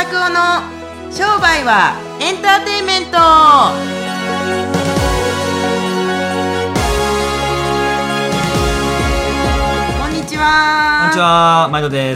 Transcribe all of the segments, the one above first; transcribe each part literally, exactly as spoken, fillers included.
拓夫の商売はエンターテインメント。こんにちは。 こんにちは、毎度です。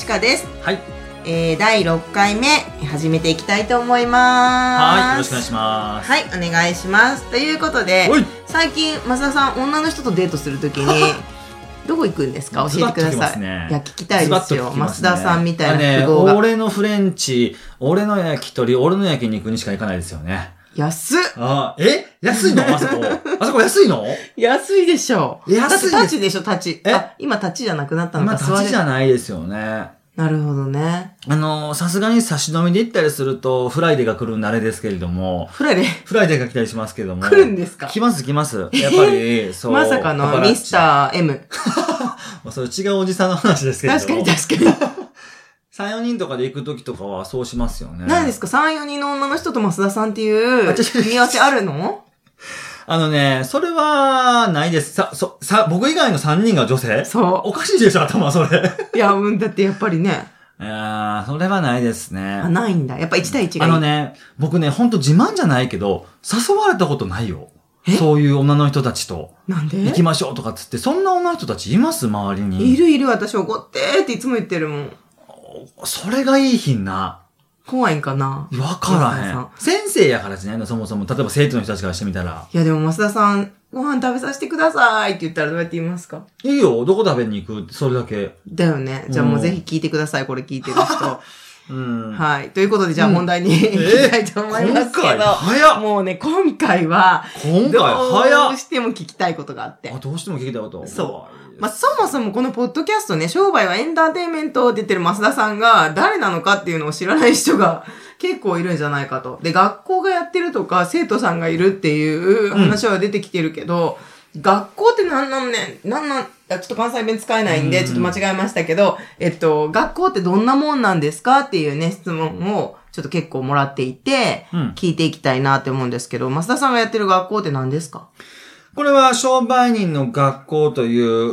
ちかです。 はい、 えー、だいろっかいめ始めていきたいと思います。 はい、よろしくお願いします。 はい、お願いします。ということで、最近増田さん女の人とデートするときにどこ行くんですか？教えてください。ね、いや聞きたいですよ。増、ね、田さんみたいな富豪が、 ね、俺のフレンチ、俺の焼き鳥、俺の焼肉にしか行かないですよね。 安っ。 あえ安いの？あそこ。あそこ安いの？ 安いでしょ。 安い。 だって立ちでしょ、立ち。えあ、今立ちじゃなくなったのか。 今立ちじゃないですよね。 なるほどね。 あのー、さすがに差し飲みで行ったりすると、フライデーが来るんであれですけれども。 フライデーフライデーが来たりしますけども。 来るんですか？ 来ます来ます。やっぱり、そう。 まさかのミスター M。 それ違うおじさんの話ですけども。 確かに確かに。 さん、よにんとかで行くときとかはそうしますよね。 何ですか ?さん、よにんの女の人と増田さんっていう組み合わせあるの？ あのね、それは、ないです。さ、そ、さ、僕以外のさんにんが女性？ そう。 おかしいでしょ、頭、それ。 いや、うん、だってやっぱりね。 いやー、それはないですね。 あ、ないんだ。やっぱいち対いちがいい。 あのね、僕ね、ほんと自慢じゃないけど、誘われたことないよ。そういう女の人たちと。 なんで？ 行きましょうとかつって、そんな女の人たちいます？周りに。 いるいる、私怒ってーっていつも言ってるもん。 それがいいひんな。 怖いんかな？ わからへん。先生やからじゃないの、そもそも。例えば生徒の人たちからしてみたら。 いやでも増田さん、ご飯食べさせてくださいって言ったらどうやって言いますか？ いいよ、どこ食べに行くって、それだけ。 だよね。じゃあもうぜひ聞いてください、これ聞いてる人。 うん、 はい。ということで、じゃあ本題に、うん、行きたいと思いますけど。今回早っ。 もうね、今回は、 今回早っ。 どうしても聞きたいことがあって。 あ、どうしても聞きたいこと？ そう。まあ、そもそもこのポッドキャストね、商売はエンターテインメント出てる増田さんが誰なのかっていうのを知らない人が結構いるんじゃないかと。で、学校がやってるとか、生徒さんがいるっていう話は出てきてるけど、うん、学校って何なんねん、何なん、ちょっと関西弁使えないんで、ちょっと間違えましたけど、えっと、学校ってどんなもんなんですかっていうね、質問をちょっと結構もらっていて、うん、聞いていきたいなって思うんですけど、増田さんがやってる学校って何ですか？ これは商売人の学校という、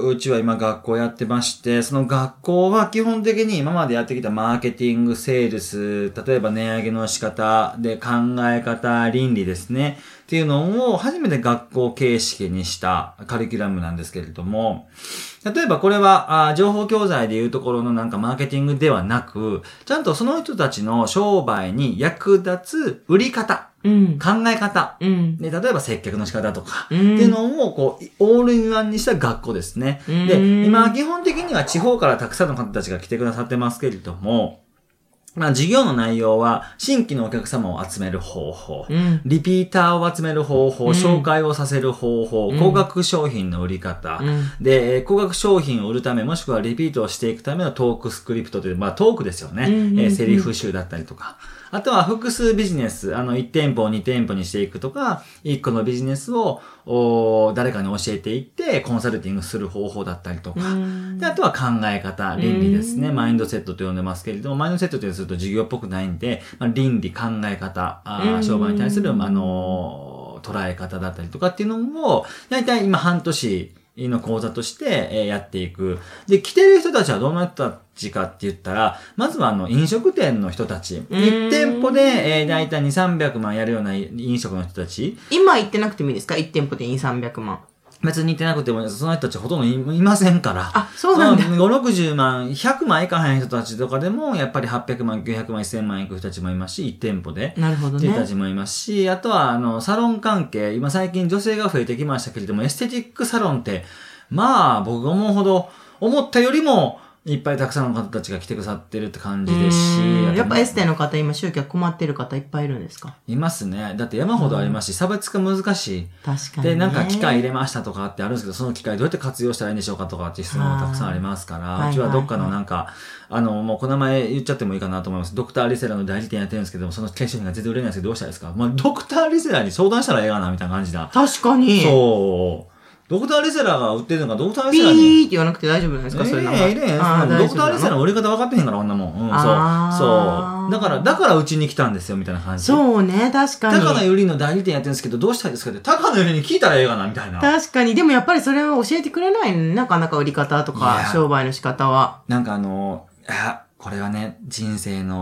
うちは今学校やってまして、その学校は基本的に今までやってきたマーケティング、セールス、例えば値上げの仕方で考え方、倫理ですね。っていうのを初めて学校形式にしたカリキュラムなんですけれども、例えばこれはあ情報教材でいうところのなんかマーケティングではなく、ちゃんとその人たちの商売に役立つ売り方、うん、考え方、うん、で、例えば接客の仕方とか、うん、っていうのをこうオールインワンにした学校ですね。うん、で、今基本的には地方からたくさんの方たちが来てくださってますけれども、まあ、授業の内容は、新規のお客様を集める方法、うん、リピーターを集める方法、うん、紹介をさせる方法、うん、高額商品の売り方、うん、で、高額商品を売るため、もしくはリピートをしていくためのトークスクリプトという、まあ、トークですよね。うんうんうん、えー、セリフ集だったりとか。あとは複数ビジネス、あの、いち店舗をに店舗にしていくとか、いっこのビジネスを、お誰かに教えていって、コンサルティングする方法だったりとか。で、あとは考え方、倫理ですね。マインドセットと呼んでますけれども、マインドセットとすると授業っぽくないんで、まあ、倫理、考え方、あ商売に対する、あのー、捉え方だったりとかっていうのを、だいたい今半年、の講座としてやっていく。で、来てる人たちはどんな人たちかって言ったら、まずはあの飲食店の人たち。いち店舗で、えー、だいたいに、さんびゃくまんやるような飲食の人たち。 今行ってなくてもいいですか？いち店舗でに、さんびゃくまん。 別に行ってなくても、その人たちほとんど い, いませんから。 あ、そうなんだ。 ご、ろくじゅうまん、ひゃくまんいかへん人たちとかでも、やっぱりはっぴゃくまん、きゅうひゃくまん、せんまんいく人たちもいますし、いち店舗で。 なるほどね。 っていう人たちもいますし、あとは、あの、サロン関係、今最近女性が増えてきましたけれども、エステティックサロンって、まあ、僕が思うほど、思ったよりも、いっぱいたくさんの方たちが来てくださってるって感じですし。 やっぱエステの方、今集客困ってる方いっぱいいるんですか？ いますね。だって山ほどありますし、差別化難しい。 確かに、ね。 で、なんか機械入れましたとかってあるんですけど、その機械どうやって活用したらいいんでしょうかとかっていう質問がたくさんありますから、うちはどっかのなんか、あの、もうこの名前言っちゃってもいいかなと思います。ドクターリセラの代理店やってるんですけども、その化粧品が全然売れないんですけど、どうしたらいいですか？まあ、ドクターリセラに相談したらええかなみたいな感じだ。 確かに。 そう。ドクターリセラが売ってるのがドクターリセラに。 ピーって言わなくて大丈夫なんですか？えー、それなんか。 ええ、ええ、ドクターリセラの売り方分かってへんから、こんなもん。うん、そう。そう。だから、だからうちに来たんですよ、みたいな感じ。 そうね、確かに。 高野由里の代理店やってるんですけど、どうしたいですかって、高野由里に聞いたらええかな、みたいな。 確かに。でもやっぱりそれを教えてくれないの、なかなか売り方とか、商売の仕方は。 なんかあの、あ、これはね、人生の、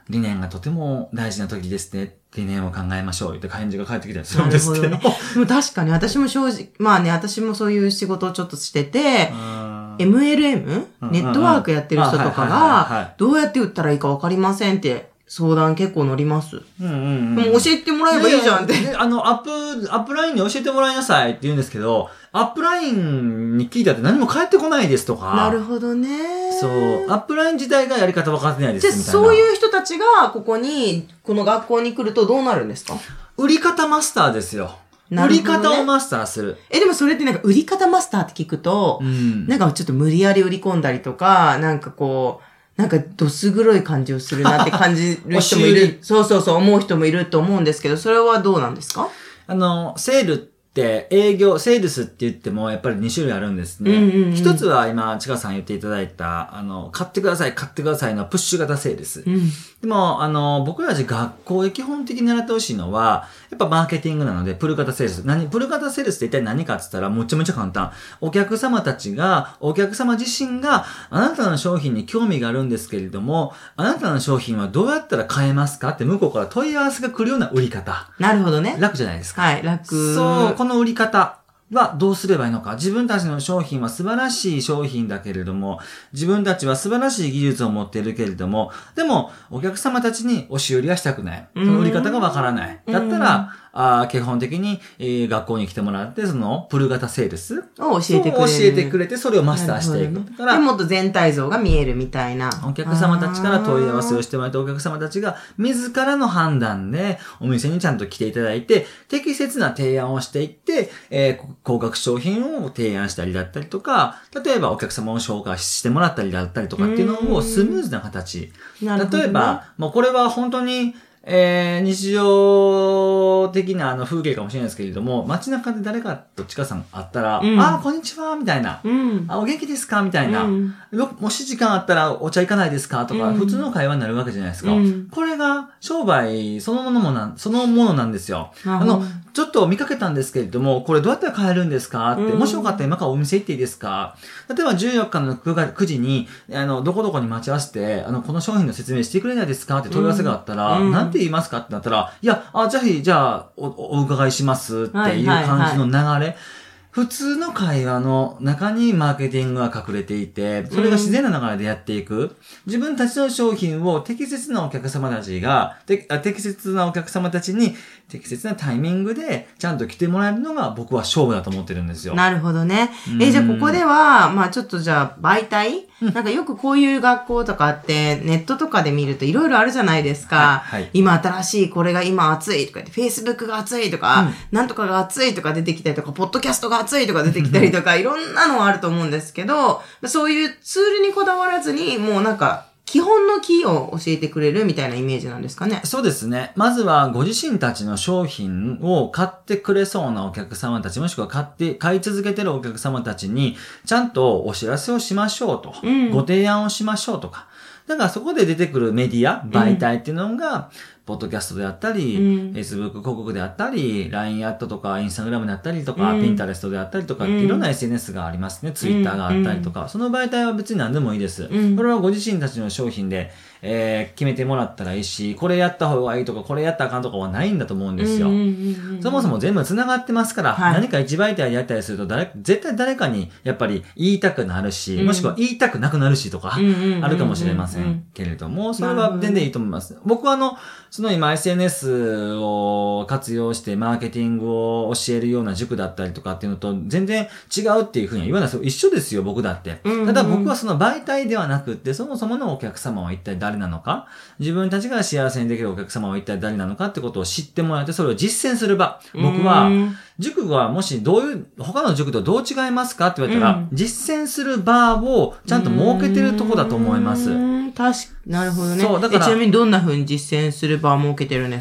理念がとても大事な時ですね。理念を考えましょうって返事が返ってきたりするんですけど。なるほどね。 でも確かに私も正直、まあね、私もそういう仕事をちょっとしてて、エムエルエム、ネットワークやってる人とかが、どうやって売ったらいいかわかりませんって相談結構乗ります。 うんうんうん。 もう教えてもらえばいいじゃんって。 で、あの、アップ、アップラインに教えてもらいなさいって言うんですけど、アップラインに聞いたって何も返ってこないですとか。 なるほどね。 そう。アップライン自体がやり方分かってないですみたいな。 じゃあそういう人たちがここに、この学校に来るとどうなるんですか？ 売り方マスターですよ。売り方をマスターする。 え、でもそれってなんか売り方マスターって聞くと、うん、なんかちょっと無理やり売り込んだりとか、なんかこう、なんかどす黒い感じをするなって感じる人もいる。そうそうそう、思う人もいると思うんですけど、それはどうなんですか？ あの、セールって営業、セールスって言ってもやっぱりに種類あるんですね。うんうんうん、一つは今、ちかさん言っていただいた、あの、買ってください、買ってくださいのプッシュ型セールス。うん、でも、あの、僕らたち学校で基本的に習ってほしいのは、やっぱマーケティングなので、プル型セールス。何、プル型セールスって一体何かって言ったら、むちゃむちゃ簡単。お客様たちが、お客様自身があなたの商品に興味があるんですけれども、あなたの商品はどうやったら買えますかって向こうから問い合わせが来るような売り方。 なるほどね。 楽じゃないですか。 はい、楽。 そう、この売り方はどうすればいいのか。自分たちの商品は素晴らしい商品だけれども、自分たちは素晴らしい技術を持っているけれども、でも、お客様たちに押し売りはしたくない。その売り方がわからない。だったら、あ基本的に、えー、学校に来てもらって、その、プル型セールスを教えてくれる。 教えてくれて、それをマスターしていく。 ね、だから、もっと全体像が見えるみたいな。 お客様たちから問い合わせをしてもらって、お客様たちが自らの判断で、お店にちゃんと来ていただいて、適切な提案をしていって、えー、高額商品を提案したりだったりとか、例えばお客様を紹介してもらったりだったりとかっていうのをスムーズな形。なるほどね、例えば、もうこれは本当に、えー、日常的なあの風景かもしれないですけれども、街中で誰かとちかさん会ったら、うん、あ、こんにちはみたいな、うん、あ、お元気ですかみたいな、うん、もし時間あったらお茶行かないですかとか、うん、普通の会話になるわけじゃないですか。うん、これが商売そのものもなん、そのものなんですよ。あの、ちょっと見かけたんですけれども、これどうやったら買えるんですかって、うん、もしよかったら今からお店行っていいですか？例えばじゅうよっかのくじに、あの、どこどこに待ち合わせて、あの、この商品の説明してくれないですかって問い合わせがあったら、うん、なんて言いますかってなったら、いや、あ、ぜひ、じゃあお、お伺いしますっていう感じの流れ。はいはいはい、普通の会話の中にマーケティングが隠れていて、それが自然な流れでやっていく。うん、自分たちの商品を適切なお客様たちが、適切なお客様たちに適切なタイミングでちゃんと来てもらえるのが僕は勝負だと思ってるんですよ。 なるほどね。え、じゃあここでは、まあちょっとじゃあ媒体、うん、なんかよくこういう学校とかってネットとかで見るといろいろあるじゃないですか。はいはい、今新しいこれが今熱いとか言って、Facebook が熱いとか、うん、なんとかが熱いとか出てきたりとか、ポッドキャストが熱いとか出てきたりとか、いろんなのあると思うんですけど、そういうツールにこだわらずに、もうなんか、基本のキーを教えてくれるみたいなイメージなんですかね。 そうですね。まずはご自身たちの商品を買ってくれそうなお客様たち、もしくは買って、買い続けてるお客様たちに、ちゃんとお知らせをしましょうと。うん、ご提案をしましょうとか。だからそこで出てくるメディア、媒体っていうのが、うんポッドキャストであったり、うん、Facebook 広告であったり、ライン アットとか、Instagram であったりとか、うん、Pinterest であったりとか、いろんな エスエヌエス がありますね。Twitter があったりとか、うん、その媒体は別に何でもいいです。うん、これはご自身たちの商品で、えー、決めてもらったらいいし、これやった方がいいとか、これやったらあかんとかはないんだと思うんですよ。そもそも全部繋がってますから、はい、何か一媒体でやったりすると誰、絶対誰かにやっぱり言いたくなるし、うん、もしくは言いたくなくなるしとか、あるかもしれませんけれども、それは全然いいと思います。僕はあの、その今 エスエヌエス を活用してマーケティングを教えるような塾だったりとかっていうのと全然違うっていうふうには言わないですよ。一緒ですよ、僕だって。ただ僕はその媒体ではなくって、そもそものお客様は一体誰なのか、自分たちが幸せにできるお客様は一体誰なのかってことを知ってもらって、それを実践する場。僕は、塾はもしどういう、他の塾とどう違いますかって言われたら、うん、実践する場をちゃんと設けてるとこだと思います。 確かなるほどね。そう、だから。ちなみにどんな風に実践する場を設けてるんですか？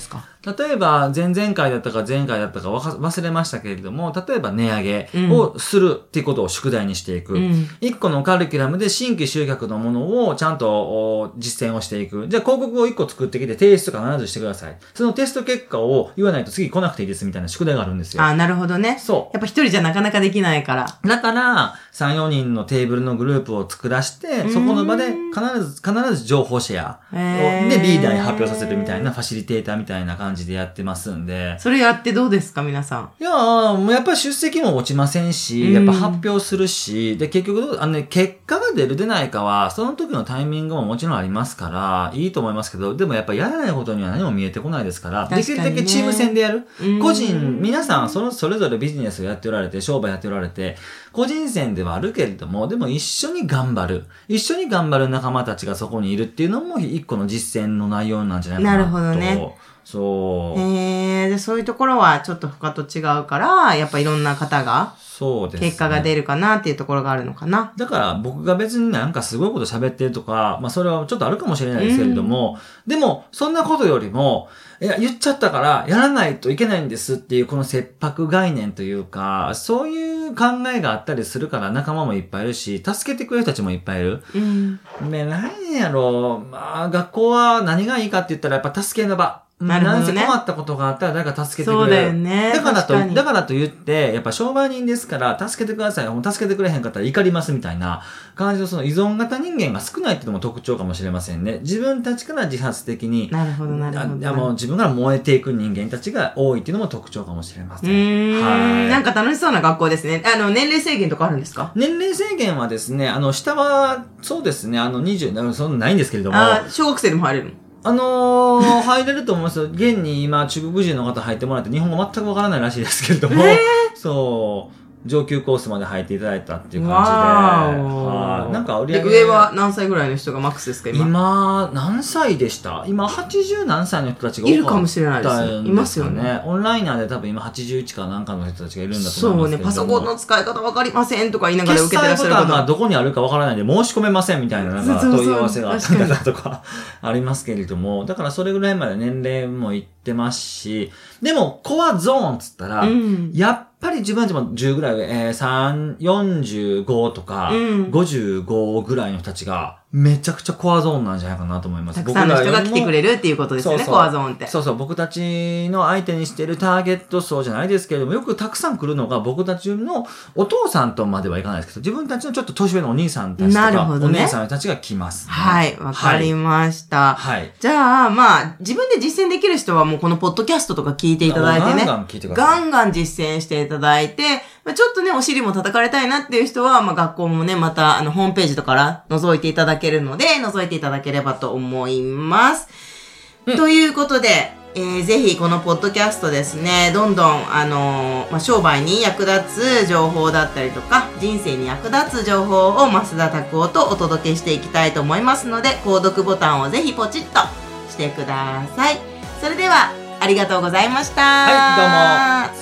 例えば、前々回だったか前回だったか忘れましたけれども、例えば値上げをするっていうことを宿題にしていく。一、うん、個のカリキュラムで新規集客のものをちゃんと実践をしていく。じゃあ広告を一個作ってきて提出必ずしてください。そのテスト結果を言わないと次来なくていいですみたいな宿題があるんですよ。 あ、なるほどね。そう。やっぱ一人じゃなかなかできないから。 だから、さん、よにんのテーブルのグループを作らして、そこの場で必ず、必ず情報シェアでリーダーに発表させるみたいなファシリテーターみたいな感じでやってますんで。 それやってどうですか皆さん。 いやー、もうやっぱり出席も落ちませんし、やっぱ発表するし、で、結局、あのね、結果が出る出ないかは、その時のタイミングももちろんありますから、いいと思いますけど、でもやっぱりやらないことには何も見えてこないですから、できるだけチーム戦でやる。個人、皆さんその、それぞれビジネスをやっておられて、商売やっておられて、個人戦ではあるけれども、でも一緒に頑張る。一緒に頑張る仲間たちがそこにいるっていうのも一個の実践の内容なんじゃないかなと。 なるほどね。 そう。 へえ、で、そういうところはちょっと他と違うから、やっぱいろんな方が、 そうですね。 結果が出るかなっていうところがあるのかな。 だから僕が別になんかすごいこと喋ってるとか、まあそれはちょっとあるかもしれないですけれども、うん、でもそんなことよりも、いや、言っちゃったからやらないといけないんですっていうこの切迫概念というか、そういう考えがあったりするから仲間もいっぱいいるし、助けてくれる人たちもいっぱいいる。うん。ね、何やろう。まあ学校は何がいいかって言ったらやっぱ助けの場。なるほどね。なんせ困ったことがあったら誰か助けてくれる。 そうだよね。 だからと、だからと言って、やっぱ商売人ですから、助けてください。もう助けてくれへんかったら怒りますみたいな感じのその依存型人間が少ないっていうのも特徴かもしれませんね。自分たちから自発的に。 なるほど、なるほど。 あもう自分から燃えていく人間たちが多いっていうのも特徴かもしれません。 うーん。はい。なんか楽しそうな学校ですね。あの、年齢制限とかあるんですか？ 年齢制限はですね、あの、下は、そうですね、あの、にじゅう、そんなないんですけれども。 あ、小学生でも入れるの？ あのー、入れると思いますよ。現に今、中国人の方入ってもらって、日本語全くわからないらしいですけれども、えー、そう、上級コースまで入っていただいたっていう感じで、はい。なんか売り上げ。 で、上は何歳ぐらいの人がマックスですか、今。 今、何歳でした？今、はちじゅう何歳の人たちが多かったんですかね。 いるかもしれないですね。いますよね。 オンライナーで多分今はちじゅういちかなんかの人たちがいるんだと思いますけど。そうね、 パソコンの使い方わかりませんとか言いながら受けてらっしゃる方。 決済ボタンがどこにあるかわからないんで申し込めませんみたいななんか問い合わせがあったりとかありますけれども、だからそれぐらいまで年齢もいってますし、でもコアゾーンっつったら、うん、やっぱり自分たちもじゅうぐらい上、えー、さん、よんじゅうごとか、うん、ごじゅうごぐらいの人たちが、めちゃくちゃコアゾーンなんじゃないかなと思います。 たくさんの人が来てくれるっていうことですよね、そうそうコアゾーンって。 そうそう、僕たちの相手にしているターゲット層じゃないですけれども、よくたくさん来るのが僕たちのお父さんとまではいかないですけど、自分たちのちょっと年上のお兄さんたちとか、ね、お姉さんたちが来ます、ね。 はい、わかりました。はい。じゃあ、まあ、自分で実践できる人はもうこのポッドキャストとか聞いていただいてね。ガンガン聞いてください。ガンガン実践していただいて、まあ、ちょっとね、お尻も叩かれたいなっていう人は、まあ、学校もね、また、あの、ホームページとかから覗いていただけるので、覗いていただければと思います。うん、ということで、えー、ぜひこのポッドキャストですね、どんどん、あのー、まあ、商売に役立つ情報だったりとか、人生に役立つ情報を増田拓夫とお届けしていきたいと思いますので、購読ボタンをぜひポチッとしてください。それでは、ありがとうございました。 はい、どうも。